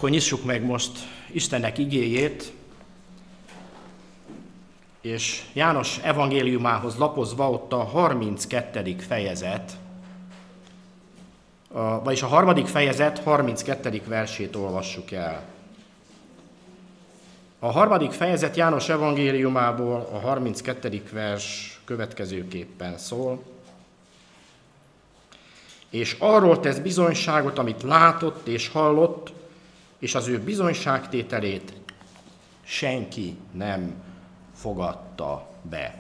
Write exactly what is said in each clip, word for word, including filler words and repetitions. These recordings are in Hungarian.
Akkor nyissuk meg most Istennek igéjét, és János evangéliumához lapozva ott a harminckettedik fejezet, a, vagyis a harmadik fejezet harminckettedik versét olvassuk el. A harmadik fejezet János evangéliumából a harminckettedik vers következőképpen szól. És arról tesz bizonyságot, amit látott és hallott, és az ő bizonyságtételét senki nem fogadta be.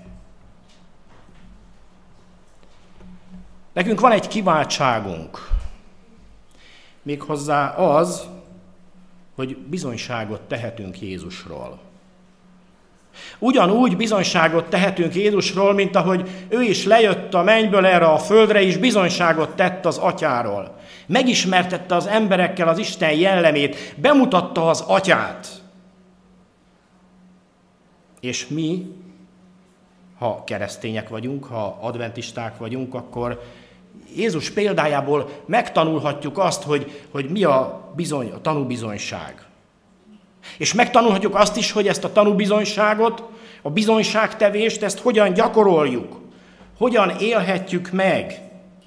Nekünk van egy kiváltságunk, méghozzá az, hogy bizonyságot tehetünk Jézusról. Ugyanúgy bizonyságot tehetünk Jézusról, mint ahogy ő is lejött a mennyből erre a földre, és bizonyságot tett az Atyáról. Megismertette az emberekkel az Isten jellemét, bemutatta az Atyát. És mi, ha keresztények vagyunk, ha adventisták vagyunk, akkor Jézus példájából megtanulhatjuk azt, hogy, hogy mi a, bizony, a tanúbizonyság. És megtanulhatjuk azt is, hogy ezt a tanúbizonyságot, a bizonyságtevést, ezt hogyan gyakoroljuk, hogyan élhetjük meg.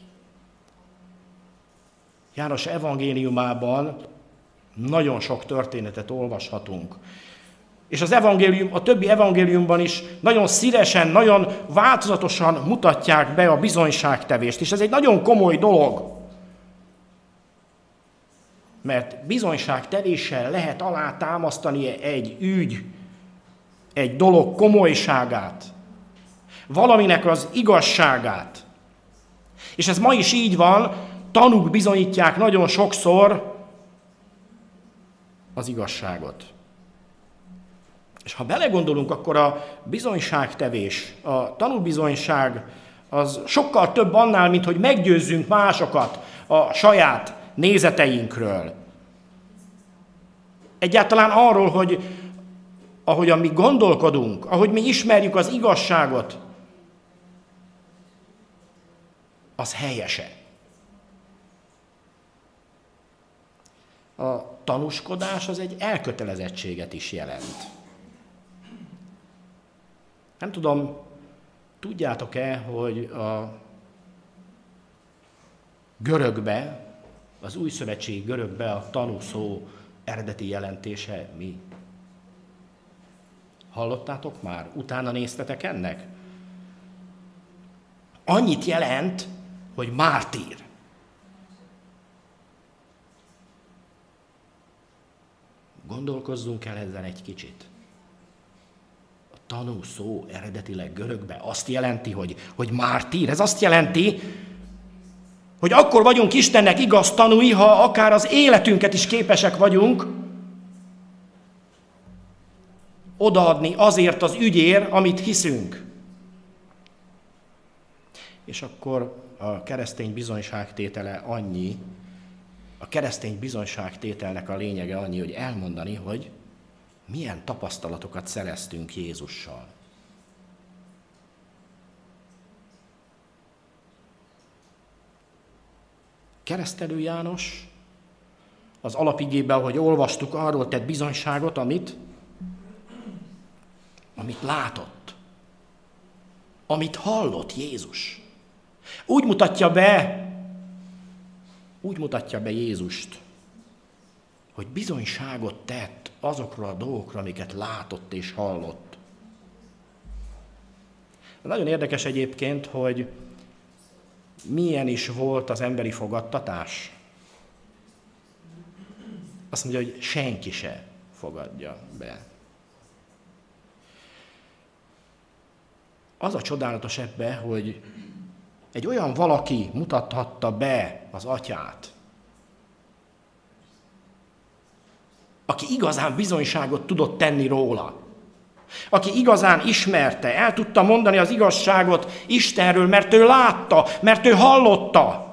János evangéliumában nagyon sok történetet olvashatunk. És az evangélium, a többi evangéliumban is nagyon szívesen, nagyon változatosan mutatják be a bizonyságtevést. És ez egy nagyon komoly dolog. Mert bizonyságtevéssel lehet alátámasztani egy ügy, egy dolog komolyságát, valaminek az igazságát. És ez ma is így van, tanúk bizonyítják nagyon sokszor az igazságot. És ha belegondolunk, akkor a bizonyságtevés, a tanúbizonyság az sokkal több annál, mint hogy meggyőzzünk másokat a saját nézeteinkről. Egyáltalán arról, hogy ahogyan mi gondolkodunk, ahogy mi ismerjük az igazságot, az helyese. A tanúskodás az egy elkötelezettséget is jelent. Nem tudom, tudjátok-e, hogy a görögbe, az új szövetségi görögbe a tanú szó eredeti jelentése mi? Hallottátok már? Utána néztetek ennek? Annyit jelent, hogy mártír. Gondolkozzunk el ezen egy kicsit. A tanú szó eredetileg görögbe azt jelenti, hogy, hogy mártír. Ez azt jelenti, hogy akkor vagyunk Istennek igaz tanúi, ha akár az életünket is képesek vagyunk odaadni azért az ügyért, amit hiszünk. És akkor a keresztény bizonyságtétele annyi, a keresztény bizonyságtételnek a lényege annyi, hogy elmondani, hogy milyen tapasztalatokat szereztünk Jézussal. Keresztelő János az alapigében, ahogy olvastuk, arról tett bizonyságot, amit, amit látott, amit hallott Jézus. Úgy mutatja be, úgy mutatja be Jézust, hogy bizonyságot tett azokra a dolgokra, amiket látott és hallott. Nagyon érdekes egyébként, hogy milyen is volt az emberi fogadtatás. Azt mondja, hogy senki se fogadja be. Az a csodálatos ebbe, hogy egy olyan valaki mutathatta be az Atyát, aki igazán bizonyságot tudott tenni róla, aki igazán ismerte, el tudta mondani az igazságot Istenről, mert ő látta, mert ő hallotta.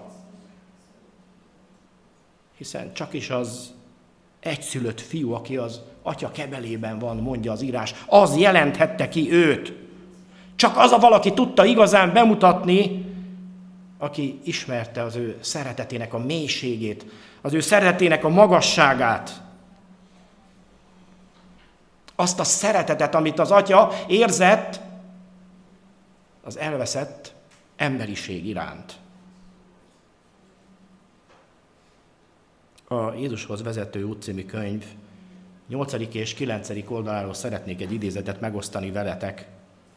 Hiszen csak is az egyszülött fiú, aki az Atya kebelében van, mondja az írás, az jelenthette ki őt. Csak az a valaki tudta igazán bemutatni, aki ismerte az ő szeretetének a mélységét, az ő szeretetének a magasságát. Azt a szeretetet, amit az Atya érzett az elveszett emberiség iránt. A Jézushoz vezető út című könyv nyolcadik és kilencedik oldaláról szeretnék egy idézetet megosztani veletek.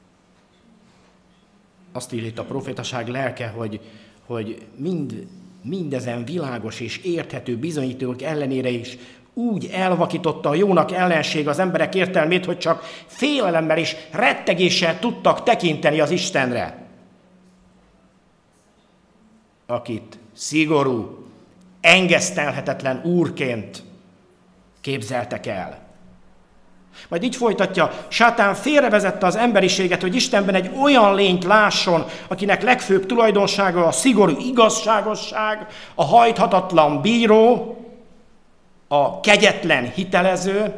Azt írja itt a profétaság lelke, hogy, hogy mind, mindezen világos és érthető bizonyítók ellenére is úgy elvakította a jónak ellenség az emberek értelmét, hogy csak félelemmel és rettegéssel tudtak tekinteni az Istenre, akit szigorú, engesztelhetetlen úrként képzeltek el. Majd így folytatja, sátán félrevezette az emberiséget, hogy Istenben egy olyan lényt lásson, akinek legfőbb tulajdonsága a szigorú igazságosság, a hajthatatlan bíró, a kegyetlen hitelező.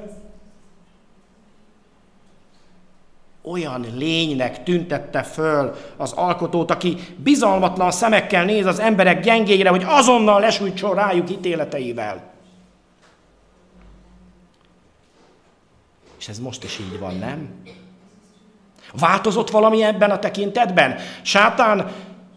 Olyan lénynek tüntette föl az alkotót, aki bizalmatlan szemekkel néz az emberek gyengéire, hogy azonnal lesújtson rájuk ítéleteivel. És ez most is így van, nem? Változott valami ebben a tekintetben? Sátán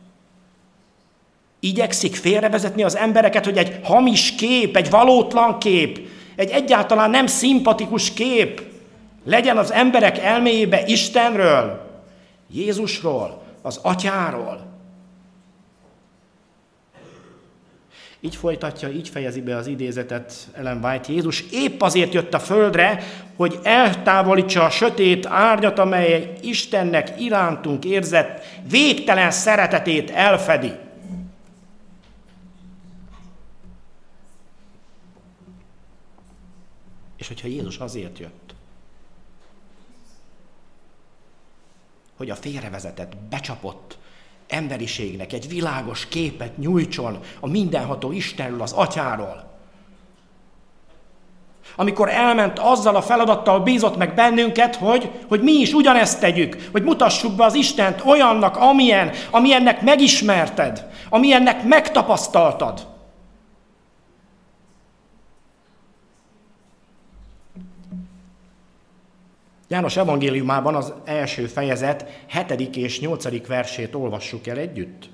igyekszik félrevezetni az embereket, hogy egy hamis kép, egy valótlan kép, egy egyáltalán nem szimpatikus kép legyen az emberek elméjébe Istenről, Jézusról, az Atyáról. Így folytatja, így fejezi be az idézetet Ellen White. Jézus épp azért jött a földre, hogy eltávolítsa a sötét árnyat, amely Istennek irántunk érzett végtelen szeretetét elfedi. És hogyha Jézus azért jött, hogy a félrevezetett, becsapott emberiségnek egy világos képet nyújtson a mindenható Istenről, az Atyáról. Amikor elment, azzal a feladattal bízott meg bennünket, hogy, hogy mi is ugyanezt tegyük, hogy mutassuk be az Istent olyannak, amilyen, amilyennek megismerted, amilyennek megtapasztaltad. János evangéliumában az első fejezet hetedik és nyolcadik versét olvassuk el együtt.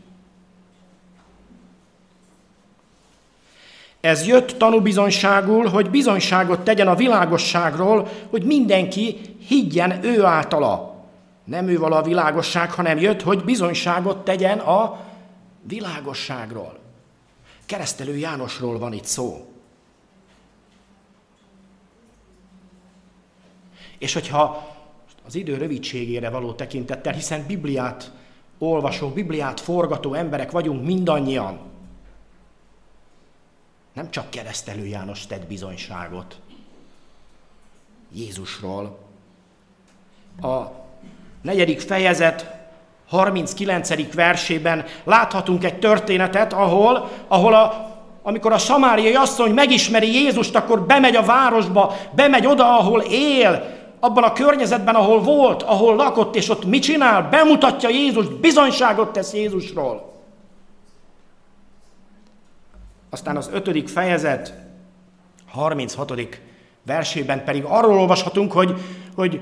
Ez jött tanúbizonyságul, hogy bizonyságot tegyen a világosságról, hogy mindenki higgyen ő általa. Nem ő vala a világosság, hanem jött, hogy bizonyságot tegyen a világosságról. Keresztelő Jánosról van itt szó. És hogyha az idő rövidségére való tekintettel, hiszen Bibliát olvasó, Bibliát forgató emberek vagyunk mindannyian, nem csak Keresztelő János tett bizonyságot Jézusról. A negyedik fejezet harminckilencedik versében láthatunk egy történetet, ahol, ahol a, amikor a samáriai asszony megismeri Jézust, akkor bemegy a városba, bemegy oda, ahol él, abban a környezetben, ahol volt, ahol lakott, és ott mit csinál? Bemutatja Jézust, bizonyságot tesz Jézusról. Aztán az ötödik fejezet harminchatodik versében pedig arról olvashatunk, hogy, hogy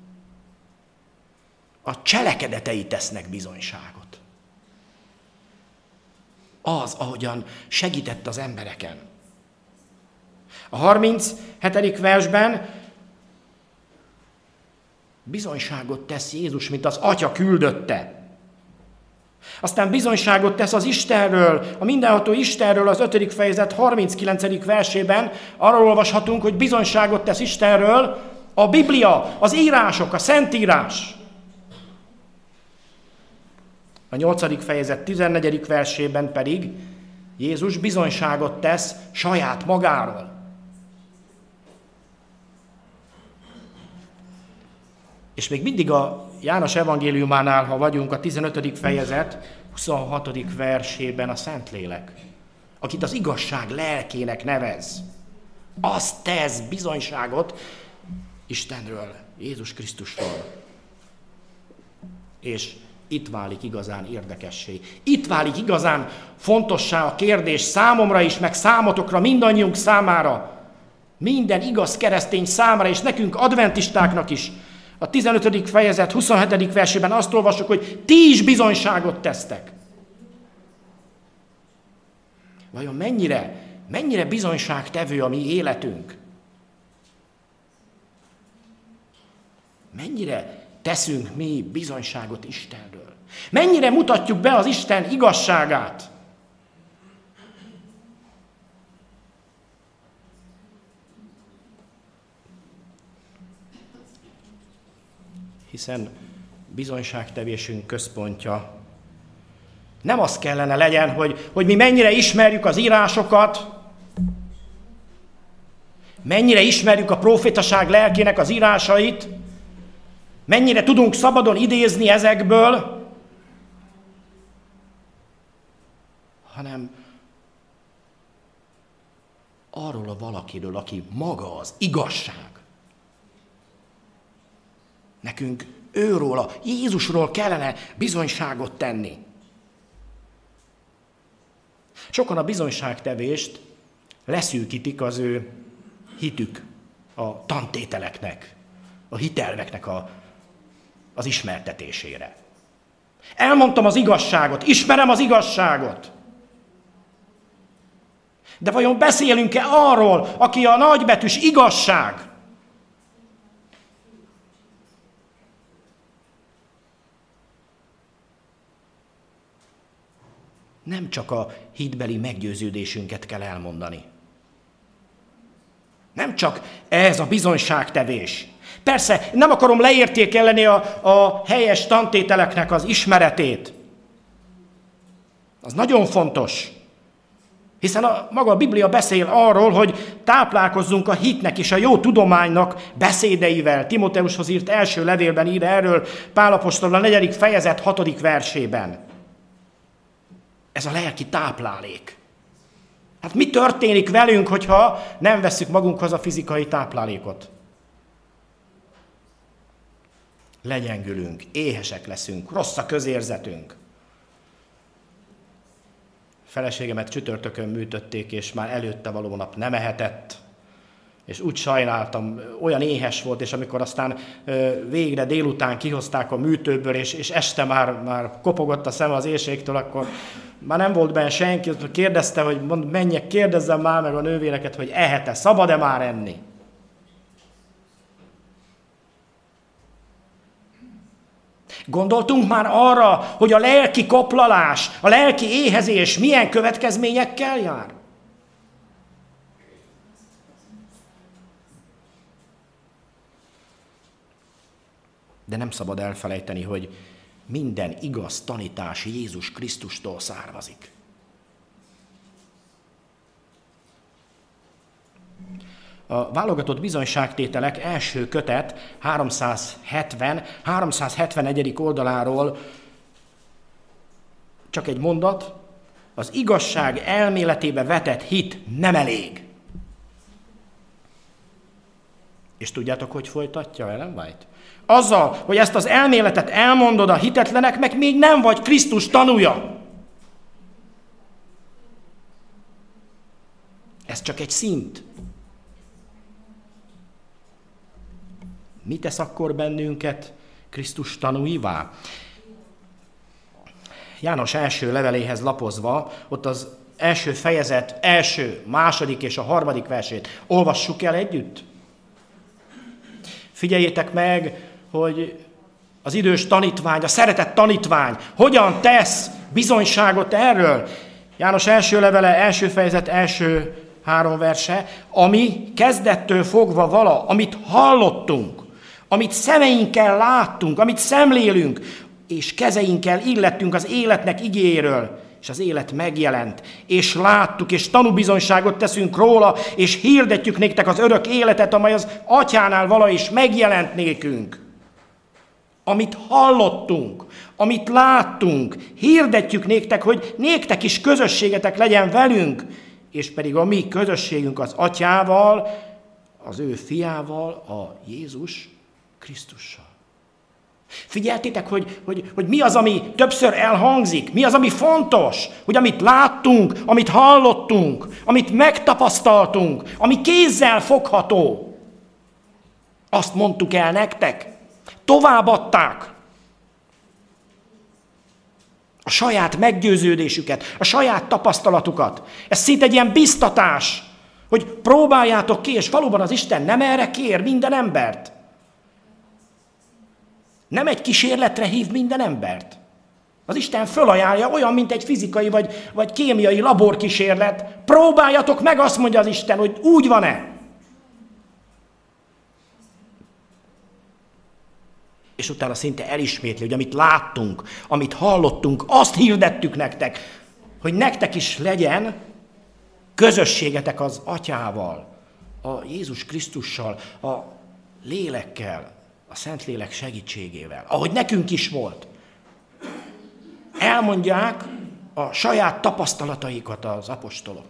a cselekedetei tesznek bizonyságot. Az, ahogyan segített az embereken. A harminchetedik versben bizonyságot tesz Jézus, mint az Atya küldötte. Aztán bizonyságot tesz az Istenről, a mindenható Istenről az ötödik fejezet harminckilencedik versében. Arról olvashatunk, hogy bizonyságot tesz Istenről a Biblia, az írások, a Szentírás. A nyolcadik fejezet tizennegyedik versében pedig Jézus bizonyságot tesz saját magáról. És még mindig a János evangéliumánál, ha vagyunk, a tizenötödik fejezet huszonhatodik versében a Szentlélek, akit az igazság lelkének nevez, azt tesz bizonyságot Istenről, Jézus Krisztusról. És itt válik igazán érdekessé. Itt válik igazán fontossá a kérdés számomra is, meg számotokra, mindannyiunk számára. Minden igaz keresztény számára, és nekünk adventistáknak is. A tizenötödik fejezet huszonhetedik versében azt olvassuk, hogy ti is bizonyságot tesztek. Vajon mennyire, mennyire bizonyságtevő a mi életünk? Mennyire teszünk mi bizonyságot Istenről? Mennyire mutatjuk be az Isten igazságát? Hiszen bizonyságtevésünk központja nem az kellene legyen, hogy, hogy mi mennyire ismerjük az írásokat, mennyire ismerjük a profétaság lelkének az írásait, mennyire tudunk szabadon idézni ezekből, hanem arról a valakiről, aki maga az igazság. Nekünk őróla, Jézusról kellene bizonyságot tenni. Sokan a bizonyságtevést leszűkítik az ő hitük, a tantételeknek, a hitelveknek a, az ismertetésére. Elmondtam az igazságot, ismerem az igazságot. De vajon beszélünk-e arról, aki a nagybetűs igazság? Nem csak a hitbeli meggyőződésünket kell elmondani. Nem csak ez a bizonyságtevés. Persze, nem akarom leértékelni a, a helyes tantételeknek az ismeretét. Az nagyon fontos. Hiszen a, maga a Biblia beszél arról, hogy táplálkozzunk a hitnek és a jó tudománynak beszédeivel. Timóteushoz írt első levélben ír erről Pál apostol a negyedik fejezet hatodik versében. Ez a lelki táplálék. Hát mi történik velünk, hogyha nem vesszük magunkhoz a fizikai táplálékot? Legyengülünk, éhesek leszünk, rossz a közérzetünk. Feleségemet csütörtökön műtötték, és már előtte való nap nem ehetett. És úgy sajnáltam, olyan éhes volt, és amikor aztán végre délután kihozták a műtőből, és, és este már, már kopogott a szeme az éhségtől, akkor már nem volt benne senki, kérdezte, hogy mond, menjek, kérdezzem már meg a nővéreket, hogy ehet-e, szabad-e már enni? Gondoltunk már arra, hogy a lelki koplalás, a lelki éhezés milyen következményekkel jár? De nem szabad elfelejteni, hogy minden igaz tanítás Jézus Krisztustól származik. A válogatott bizonyságtételek első kötet háromszázhetven háromszázhetvenegyedik oldaláról csak egy mondat, az igazság elméletébe vetett hit nem elég. És tudjátok, hogy folytatja Ellen White? Azzal, hogy ezt az elméletet elmondod a hitetleneknek, még nem vagy Krisztus tanúja. Ez csak egy szint. Mi tesz akkor bennünket Krisztus tanúivá? János első leveléhez lapozva, ott az első fejezet első, második és a harmadik versét olvassuk el együtt. Figyeljétek meg, hogy az idős tanítvány, a szeretett tanítvány hogyan tesz bizonyságot erről. János első levele, első fejezet, első három verse, ami kezdettől fogva vala, amit hallottunk, amit szemeinkkel láttunk, amit szemlélünk, és kezeinkkel illettünk az életnek igéről, és az élet megjelent, és láttuk, és tanúbizonyságot teszünk róla, és hirdetjük néktek az örök életet, amely az Atyánál vala is megjelent nékünk. Amit hallottunk, amit láttunk, hirdetjük néktek, hogy néktek is közösségetek legyen velünk, és pedig a mi közösségünk az Atyával, az ő fiával, a Jézus Krisztussal. Figyeltétek, hogy, hogy, hogy mi az, ami többször elhangzik, mi az, ami fontos, hogy amit láttunk, amit hallottunk, amit megtapasztaltunk, ami kézzel fogható, azt mondtuk el nektek, továbbadták a saját meggyőződésüket, a saját tapasztalatukat. Ez szinte egy ilyen biztatás, hogy próbáljátok ki, és valóban az Isten nem erre kér minden embert. Nem egy kísérletre hív minden embert. Az Isten fölajánlja, olyan, mint egy fizikai vagy, vagy kémiai laborkísérlet. Próbáljatok meg, azt mondja az Isten, hogy úgy van-e. És utána szinte elismétli, hogy amit láttunk, amit hallottunk, azt hirdettük nektek, hogy nektek is legyen közösségetek az Atyával, a Jézus Krisztussal, a lélekkel, a Szentlélek segítségével, ahogy nekünk is volt. Elmondják a saját tapasztalataikat az apostolok.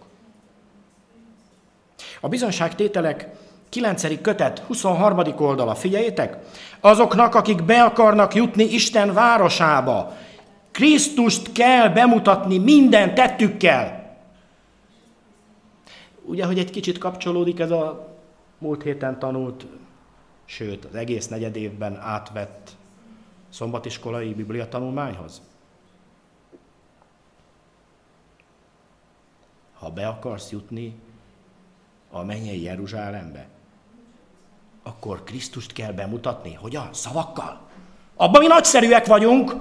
A bizonyságtételek kilencedik kötet, huszonharmadik oldala, figyeljétek! Azoknak, akik be akarnak jutni Isten városába, Krisztust kell bemutatni minden tettükkel. Ugye, hogy egy kicsit kapcsolódik ez a múlt héten tanult, sőt, az egész negyed évben átvett szombatiskolai bibliatanulmányhoz? Ha be akarsz jutni a mennyei Jeruzsálembe, akkor Krisztust kell bemutatni. Hogyan? Szavakkal? Abban mi nagyszerűek vagyunk.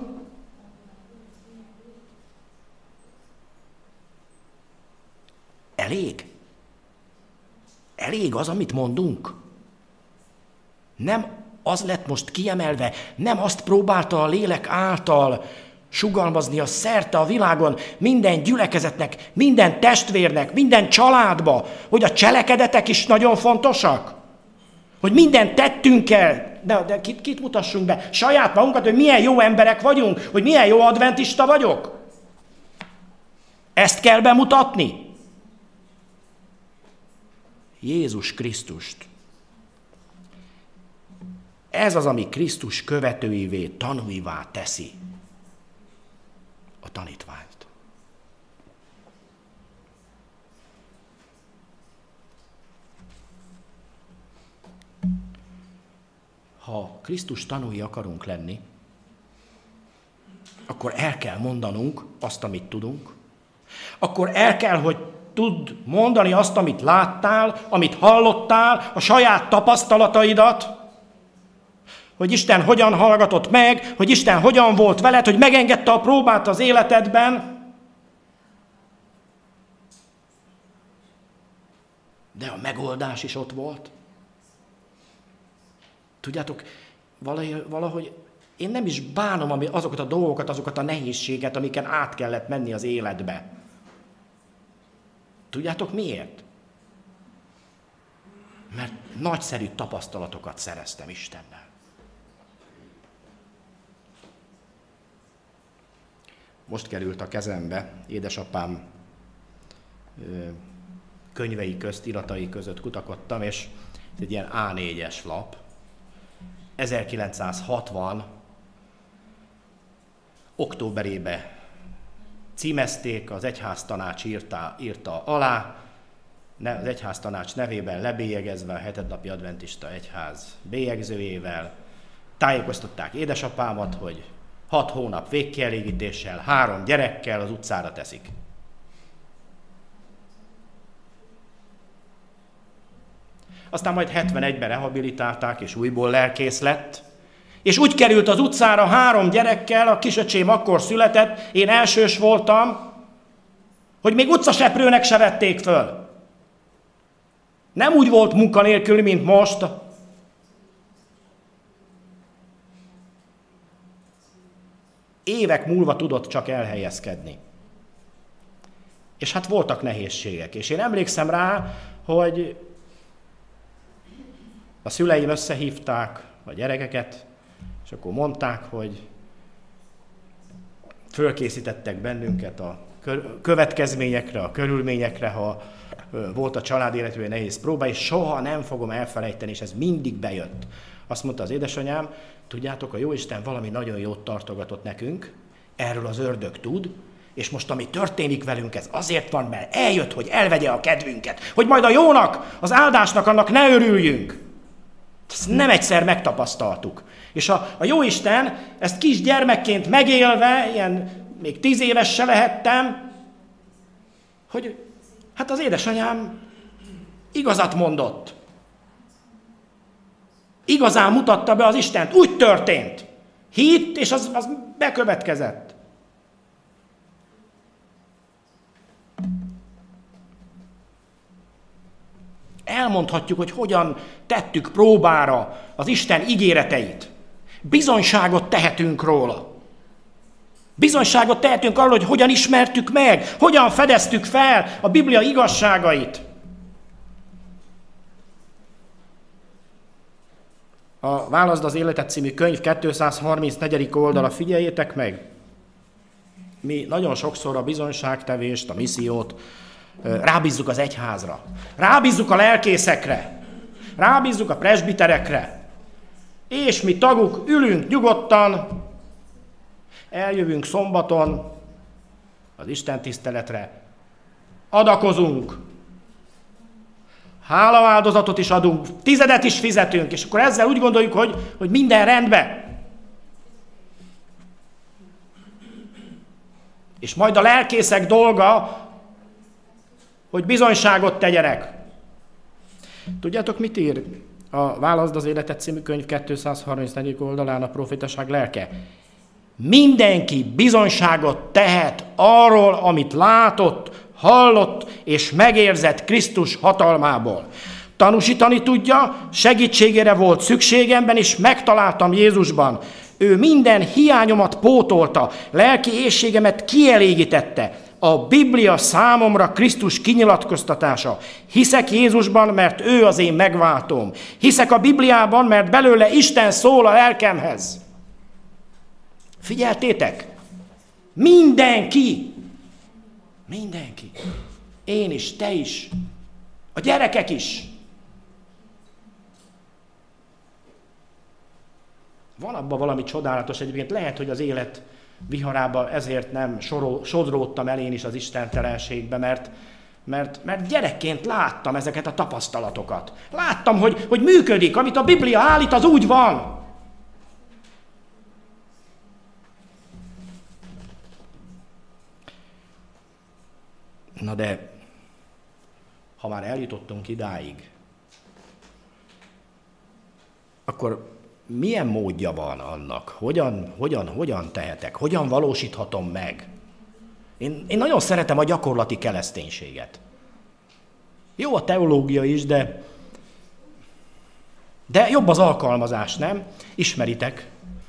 Elég? Elég az, amit mondunk? Nem az lett most kiemelve, nem azt próbálta a lélek által sugalmazni a szerte a világon minden gyülekezetnek, minden testvérnek, minden családba, hogy a cselekedetek is nagyon fontosak? Hogy minden tettünkkel, de, de kit, kit mutassunk be? Saját magunkat, hogy milyen jó emberek vagyunk, hogy milyen jó adventista vagyok? Ezt kell bemutatni? Jézus Krisztust. Ez az, ami Krisztus követőivé, tanúivá teszi a tanítványt. Ha Krisztus tanúi akarunk lenni, akkor el kell mondanunk azt, amit tudunk, akkor el kell, hogy tudd mondani azt, amit láttál, amit hallottál, a saját tapasztalataidat, hogy Isten hogyan hallgatott meg, hogy Isten hogyan volt veled, hogy megengedte a próbát az életedben. De a megoldás is ott volt. Tudjátok, valahogy én nem is bánom azokat a dolgokat, azokat a nehézséget, amiken át kellett menni az életbe. Tudjátok miért? Mert nagyszerű tapasztalatokat szereztem Istennel. Most került a kezembe, édesapám könyvei közt, iratai között kutakodtam, és egy ilyen á négyes lap. ezerkilencszázhatvan októberébe címezték, az egyháztanács írta, írta alá, az egyháztanács nevében lebélyegezve a hetednapi adventista egyház bélyegzőjével. Tájékoztatták édesapámat, hogy hat hónap végkielégítéssel, három gyerekkel az utcára teszik. Aztán majd hetvenegyben rehabilitálták, és újból lelkész lett. És úgy került az utcára három gyerekkel, a kisöcsém akkor született, én elsős voltam, hogy még utcaseprőnek se vették föl. Nem úgy volt munkanélküli, mint most. Évek múlva tudott csak elhelyezkedni. És hát voltak nehézségek. És én emlékszem rá, hogy a szüleim összehívták a gyerekeket, és akkor mondták, hogy fölkészítettek bennünket a következményekre, a körülményekre, ha volt a család életében nehéz próba, és soha nem fogom elfelejteni, és ez mindig bejött. Azt mondta az édesanyám, tudjátok, a Jóisten valami nagyon jót tartogatott nekünk, erről az ördög tud, és most ami történik velünk, ez azért van, mert eljött, hogy elvegye a kedvünket, hogy majd a jónak, az áldásnak annak ne örüljünk. Ezt nem egyszer megtapasztaltuk. És a, a Jóisten ezt kisgyermekként megélve, ilyen még tíz éves se lehettem, hogy hát az édesanyám igazat mondott. Igazán mutatta be az Istent. Úgy történt. Hitt, és az, az bekövetkezett. Elmondhatjuk, hogy hogyan tettük próbára az Isten ígéreteit. Bizonyságot tehetünk róla. Bizonyságot tehetünk arról, hogy hogyan ismertük meg, hogyan fedeztük fel a Biblia igazságait. A Válaszd az életet című könyv kétszázharmincnégy. oldala, figyeljétek meg. Mi nagyon sokszor a bizonyságtevést, a missziót rábízzuk az egyházra, rábízzuk a lelkészekre, rábízzuk a presbiterekre, és mi taguk ülünk nyugodtan, eljövünk szombaton az Isten tiszteletre, adakozunk, hálaáldozatot is adunk, tizedet is fizetünk, és akkor ezzel úgy gondoljuk, hogy, hogy minden rendben. És majd a lelkészek dolga, hogy bizonyságot tegyenek. Tudjátok, mit ír a Válaszd az életet című könyv kétszázharmincnégy. oldalán a profétaság lelke? Mindenki bizonyságot tehet arról, amit látott, hallott és megérzett Krisztus hatalmából. Tanúsítani tudja, segítségére volt szükségemben, és megtaláltam Jézusban. Ő minden hiányomat pótolta, lelki éhségemet kielégítette. A Biblia számomra Krisztus kinyilatkoztatása. Hiszek Jézusban, mert ő az én megváltóm. Hiszek a Bibliában, mert belőle Isten szól a lelkemhez. Figyeltétek? Mindenki, mindenki, én is, te is, a gyerekek is. Van abban valami csodálatos egyébként, lehet, hogy az élet viharába ezért nem sorol, sodródtam el én is az istentelenségbe, mert, mert, mert gyerekként láttam ezeket a tapasztalatokat. Láttam, hogy, hogy működik, amit a Biblia állít, az úgy van. Na de, ha már eljutottunk idáig, akkor milyen módja van annak? Hogyan, hogyan, hogyan tehetek? Hogyan valósíthatom meg? Én, én nagyon szeretem a gyakorlati kereszténységet. Jó a teológia is, de, de jobb az alkalmazás, nem? Ismeritek.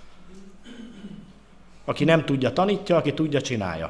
Aki nem tudja, tanítja, aki tudja, csinálja.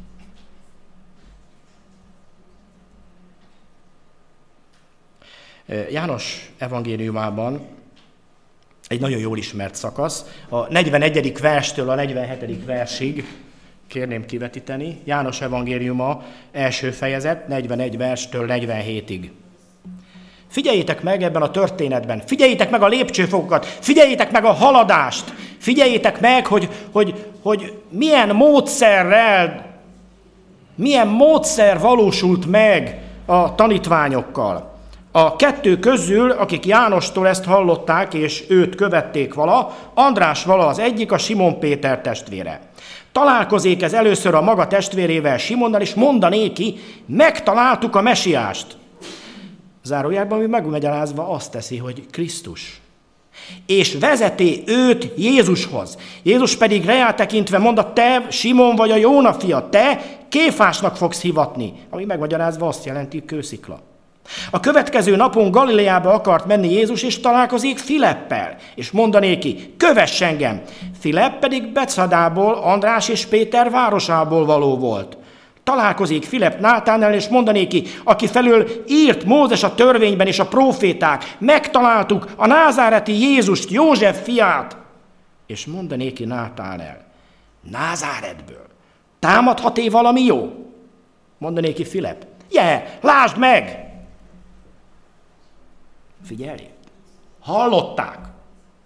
János evangéliumában egy nagyon jól ismert szakasz, a negyvenegyedik verstől a negyvenhetedik versig, kérném kivetíteni, János evangéliuma első fejezet, negyvenegy verstől negyvenhétig. Figyeljétek meg ebben a történetben, figyeljétek meg a lépcsőfokokat, figyeljétek meg a haladást, figyeljétek meg, hogy, hogy, hogy milyen módszerrel, milyen módszer valósult meg a tanítványokkal. A kettő közül, akik Jánostól ezt hallották, és őt követték vala, András vala az egyik, a Simon Péter testvére. Találkozik ez először a maga testvérével, Simonnal, és mondanéki, megtaláltuk a mesiást. Zárójában mi megmagyarázva azt teszi, hogy Krisztus. És vezeti őt Jézushoz. Jézus pedig reá tekintve mondta, te Simon vagy a Jóna fia, te Kéfásnak fogsz hivatni. Ami megmagyarázva azt jelenti, kőszikla. A következő napon Galileába akart menni Jézus, és találkozik Filippel, és mondanéki, kövess engem. Filipp pedig Betszadából, András és Péter városából való volt. Találkozik Filipp Nátánnal, és mondanéki, aki felől írt Mózes a törvényben és a próféták, megtaláltuk a názáreti Jézust, József fiát. És mondanéki Nátánel, Názáretből támadhat-e valami jó? Mondanéki Filipp, yeah, lásd meg! Figyelj! Hallották!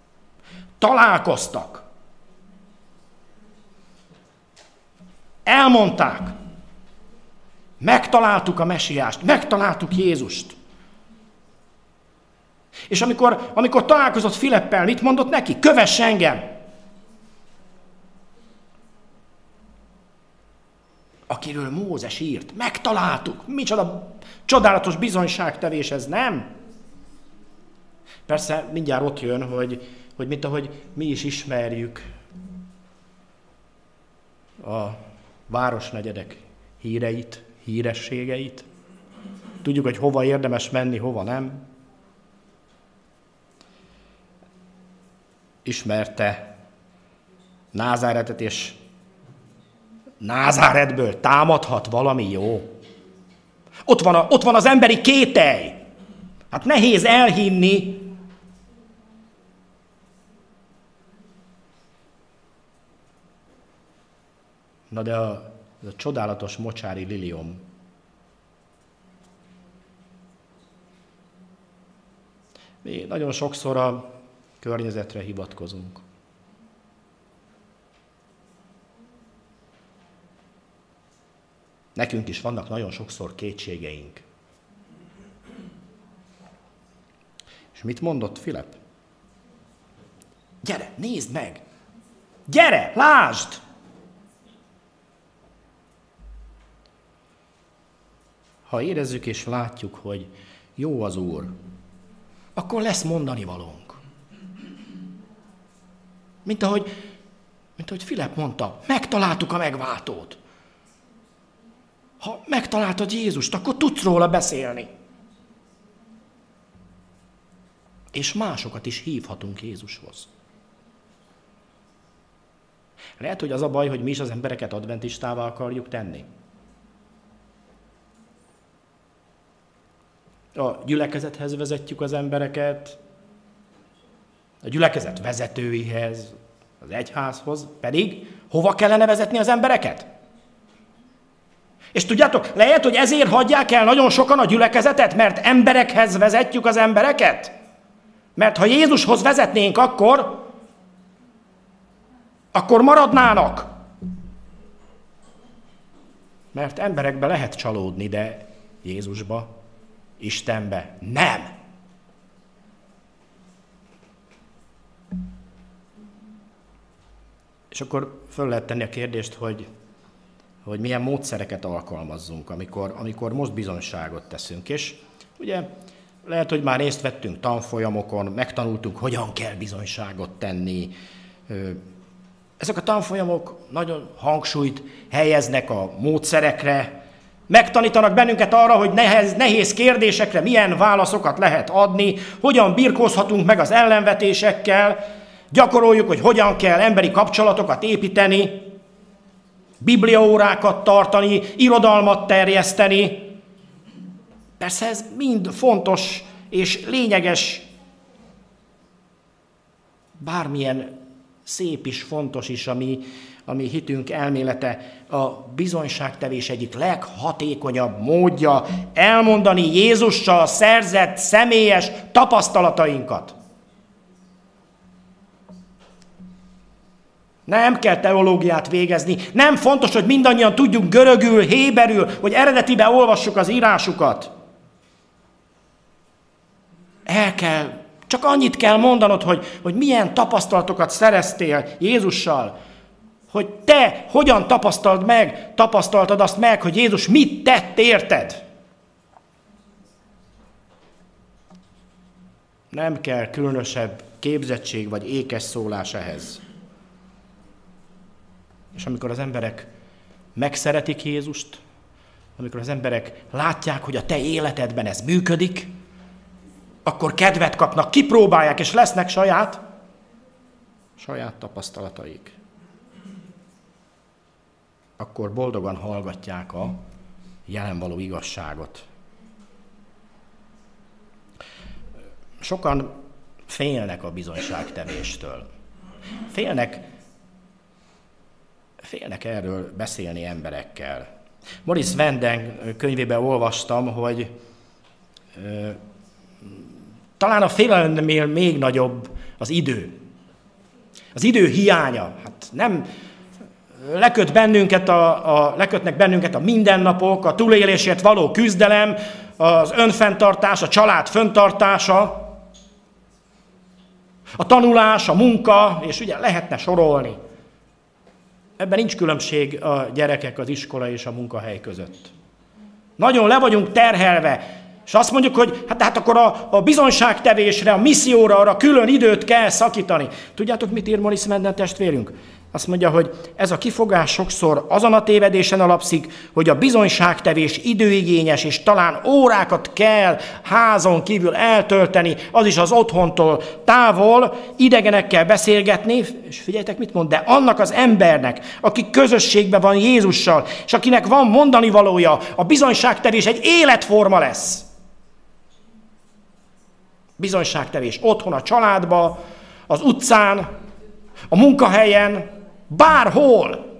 találkoztak. Elmondták. Megtaláltuk a mesiást, megtaláltuk Jézust. És amikor, amikor találkozott Filippel, mit mondott neki? Kövess engem! Akiről Mózes írt. Megtaláltuk. Micsoda csodálatos bizonyságtevés ez, nem? Persze mindjárt ott jön, hogy, hogy mint ahogy mi is ismerjük a városnegyedek híreit, hírességeit. Tudjuk, hogy hova érdemes menni, hova nem. Ismerte Názáretet, és Názáretből támadhat valami jó. Ott van, a, ott van az emberi kételj. Hát nehéz elhinni. Na de a, ez a csodálatos mocsári liliom. Mi nagyon sokszor a környezetre hivatkozunk. Nekünk is vannak nagyon sokszor kétségeink. És mit mondott Filip? Gyere, nézd meg! Gyere, lásd! Ha érezzük és látjuk, hogy jó az Úr, akkor lesz mondani valónk. Mint ahogy, mint ahogy Filip mondta, megtaláltuk a megváltót. Ha megtaláltad Jézust, akkor tudsz róla beszélni. És másokat is hívhatunk Jézushoz. Lehet, hogy az a baj, hogy mi is az embereket adventistává akarjuk tenni. A gyülekezethez vezetjük az embereket, a gyülekezet vezetőihez, az egyházhoz, pedig hova kellene vezetni az embereket? És tudjátok, lehet, hogy ezért hagyják el nagyon sokan a gyülekezetet, mert emberekhez vezetjük az embereket? Mert ha Jézushoz vezetnénk, akkor, akkor maradnának. Mert emberekbe lehet csalódni, de Jézusba, Istenbe nem. És akkor föl lehet tenni a kérdést, hogy, hogy milyen módszereket alkalmazzunk, amikor, amikor most bizonyságot teszünk. És ugye lehet, hogy már részt vettünk tanfolyamokon, megtanultuk, hogyan kell bizonyságot tenni. Ezek a tanfolyamok nagyon hangsúlyt helyeznek a módszerekre, megtanítanak bennünket arra, hogy nehéz, nehéz kérdésekre milyen válaszokat lehet adni, hogyan birkózhatunk meg az ellenvetésekkel, gyakoroljuk, hogy hogyan kell emberi kapcsolatokat építeni, bibliaórákat tartani, irodalmat terjeszteni. Persze ez mind fontos és lényeges, bármilyen szép is, fontos is, ami, ami hitünk elmélete, a bizonyságtevés egyik leghatékonyabb módja elmondani Jézussal szerzett személyes tapasztalatainkat. Nem kell teológiát végezni, nem fontos, hogy mindannyian tudjunk görögül, héberül, hogy eredetibe olvassuk az írásukat. El kell, csak annyit kell mondanod, hogy, hogy milyen tapasztalatokat szereztél Jézussal, hogy te hogyan tapasztald meg, tapasztaltad azt meg, hogy Jézus mit tett érted. Nem kell különösebb képzettség vagy ékes szólás ehhez. És amikor az emberek megszeretik Jézust, amikor az emberek látják, hogy a te életedben ez működik, akkor kedvet kapnak, kipróbálják, és lesznek saját, saját tapasztalataik. Akkor boldogan hallgatják a jelen való igazságot. Sokan félnek a bizonyságtevéstől. Félnek, félnek erről beszélni emberekkel. Maurice Vanden könyvében olvastam, hogy ö, talán a félelemnél még nagyobb az idő. Az idő hiánya. Hát nem leköt bennünket a, a, lekötnek bennünket a mindennapok, a túlélésért való küzdelem, az önfenntartás, a család fenntartása, a tanulás, a munka, és ugye lehetne sorolni. Ebben nincs különbség a gyerekek, az iskola és a munkahely között. Nagyon le vagyunk terhelve, és azt mondjuk, hogy hát, hát akkor a, a bizonyságtevésre, a misszióra, arra külön időt kell szakítani. Tudjátok, mit ír Morris Menden testvérünk? Azt mondja, hogy ez a kifogás sokszor azon a tévedésen alapszik, hogy a bizonyságtevés időigényes, és talán órákat kell házon kívül eltölteni, az is az otthontól távol, idegenekkel beszélgetni, és figyeljetek, mit mond, de annak az embernek, aki közösségben van Jézussal, és akinek van mondani valója, a bizonyságtevés egy életforma lesz. Bizonyságtevés otthon, a családban, az utcán, a munkahelyen, bárhol.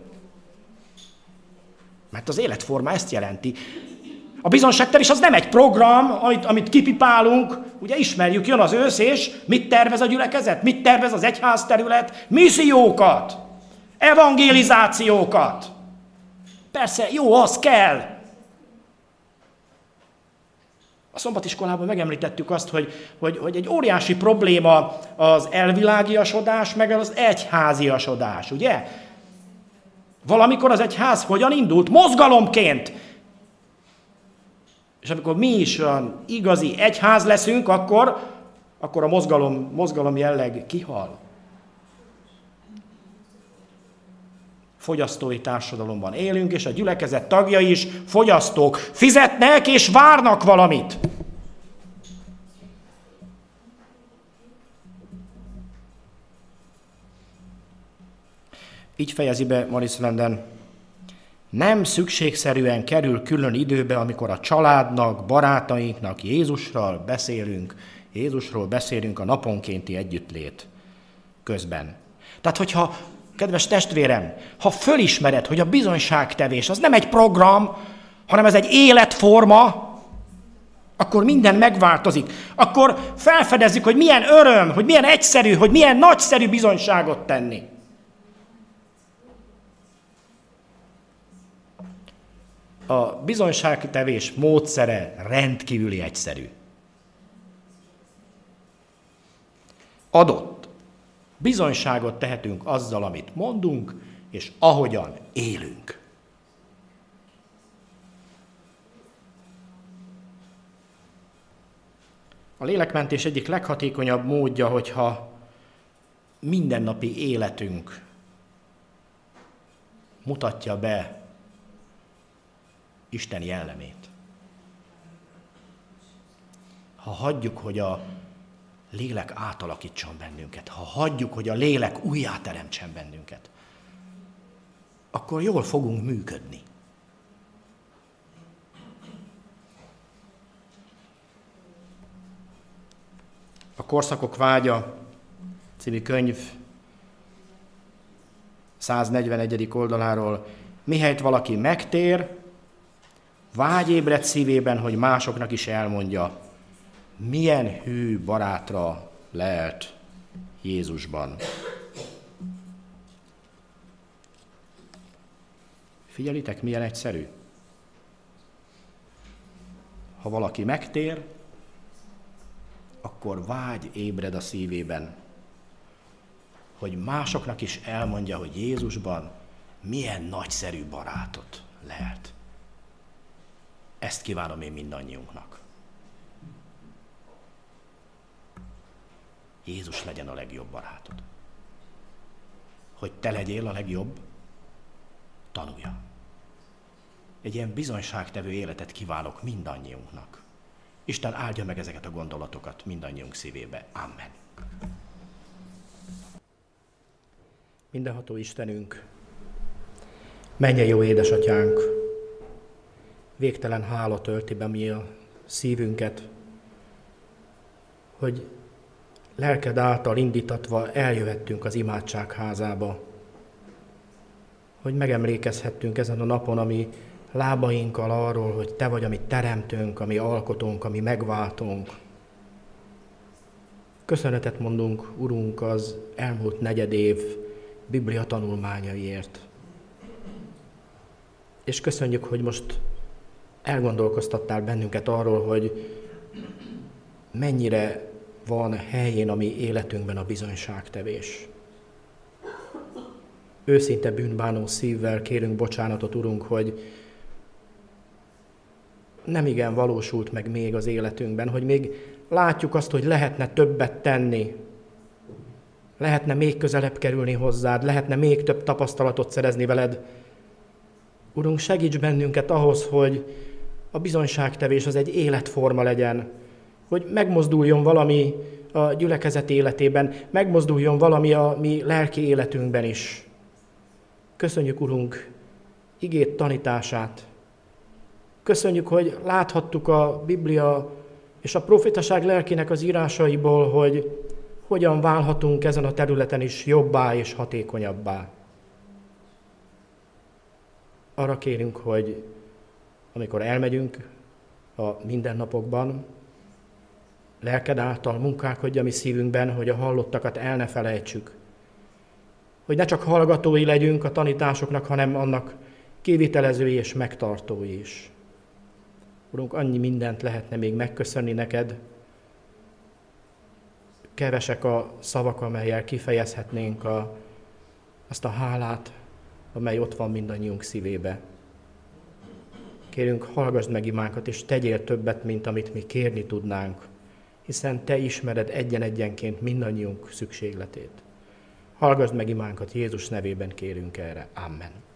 Mert az életforma ezt jelenti. A bizonyságtevés az nem egy program, amit, amit kipipálunk, ugye ismerjük, jön az ősz, és mit tervez a gyülekezet? Mit tervez az egyházterület? Missziókat, evangelizációkat. Persze, jó, az kell. A szombatiskolában megemlítettük azt, hogy, hogy, hogy egy óriási probléma az elvilágiasodás, meg az egyháziasodás, ugye? Valamikor az egyház hogyan indult? Mozgalomként. És amikor mi is olyan igazi egyház leszünk, akkor, akkor a mozgalom, mozgalom jelleg kihal. Fogyasztói társadalomban élünk, és a gyülekezet tagjai is fogyasztók. Fizetnek és várnak valamit. Így fejezi be Morris Menden. Nem szükségszerűen kerül külön időbe, amikor a családnak, barátainknak Jézusról beszélünk, Jézusról beszélünk a naponkénti együttlét közben. Tehát, hogyha kedves testvérem, ha fölismered, hogy a bizonyságtevés az nem egy program, hanem ez egy életforma, akkor minden megváltozik. Akkor felfedezzük, hogy milyen öröm, hogy milyen egyszerű, hogy milyen nagyszerű bizonyságot tenni. A bizonyságtevés módszere rendkívüli egyszerű. Adott. Bizonyságot tehetünk azzal, amit mondunk, és ahogyan élünk. A lélekmentés egyik leghatékonyabb módja, hogyha mindennapi életünk mutatja be Isten jellemét. Ha hagyjuk, hogy a lélek átalakítson bennünket, ha hagyjuk, hogy a lélek újjáteremtsen bennünket, akkor jól fogunk működni. A Korszakok vágya című könyv száznegyvenegyedik oldaláról: mihelyt valaki megtér, vágy ébred szívében, hogy másoknak is elmondja, milyen hű barátra lelt Jézusban. Figyelitek, milyen egyszerű. Ha valaki megtér, akkor vágy ébred a szívében, hogy másoknak is elmondja, hogy Jézusban milyen nagyszerű barátot lelt. Ezt kívánom én mindannyiunknak. Jézus legyen a legjobb barátod. Hogy te legyél a legjobb, tanulja. Egy ilyen bizonyságtevő életet kívánok mindannyiunknak. Isten áldja meg ezeket a gondolatokat mindannyiunk szívébe. Amen. Mindenható Istenünk, mennyei jó édesatyánk, végtelen hála tölti be mi a szívünket, hogy lelked által indítatva eljöhettünk az imádság házába, hogy megemlékezhettünk ezen a napon, ami lábainkkal arról, hogy te vagy, ami teremtünk, ami alkotunk, ami megváltunk. Köszönetet mondunk, Urunk, az elmúlt negyed év Biblia tanulmányaiért. És köszönjük, hogy most elgondolkoztattál bennünket arról, hogy mennyire van helyén a mi életünkben a bizonyságtevés. Őszinte bűnbánó szívvel kérünk bocsánatot, Urunk, hogy nem igen valósult meg még az életünkben, hogy még látjuk azt, hogy lehetne többet tenni, lehetne még közelebb kerülni hozzád, lehetne még több tapasztalatot szerezni veled. Urunk, segíts bennünket ahhoz, hogy a bizonyságtevés az egy életforma legyen, hogy megmozduljon valami a gyülekezet életében, megmozduljon valami a mi lelki életünkben is. Köszönjük, Urunk, igét tanítását. Köszönjük, hogy láthattuk a Biblia és a profétaság lelkének az írásaiból, hogy hogyan válhatunk ezen a területen is jobbá és hatékonyabbá. Arra kérünk, hogy amikor elmegyünk a mindennapokban, lelked által munkálkodj a mi szívünkben, hogy a hallottakat el ne felejtsük. Hogy ne csak hallgatói legyünk a tanításoknak, hanem annak kivitelezői és megtartói is. Urunk, annyi mindent lehetne még megköszönni neked. Kevesek a szavak, amellyel kifejezhetnénk a, azt a hálát, amely ott van mindannyiunk szívébe. Kérünk, hallgass meg imánkat, és tegyél többet, mint amit mi kérni tudnánk, hiszen te ismered egyen-egyenként mindannyiunk szükségletét. Hallgass meg imánkat, Jézus nevében kérünk erre. Amen.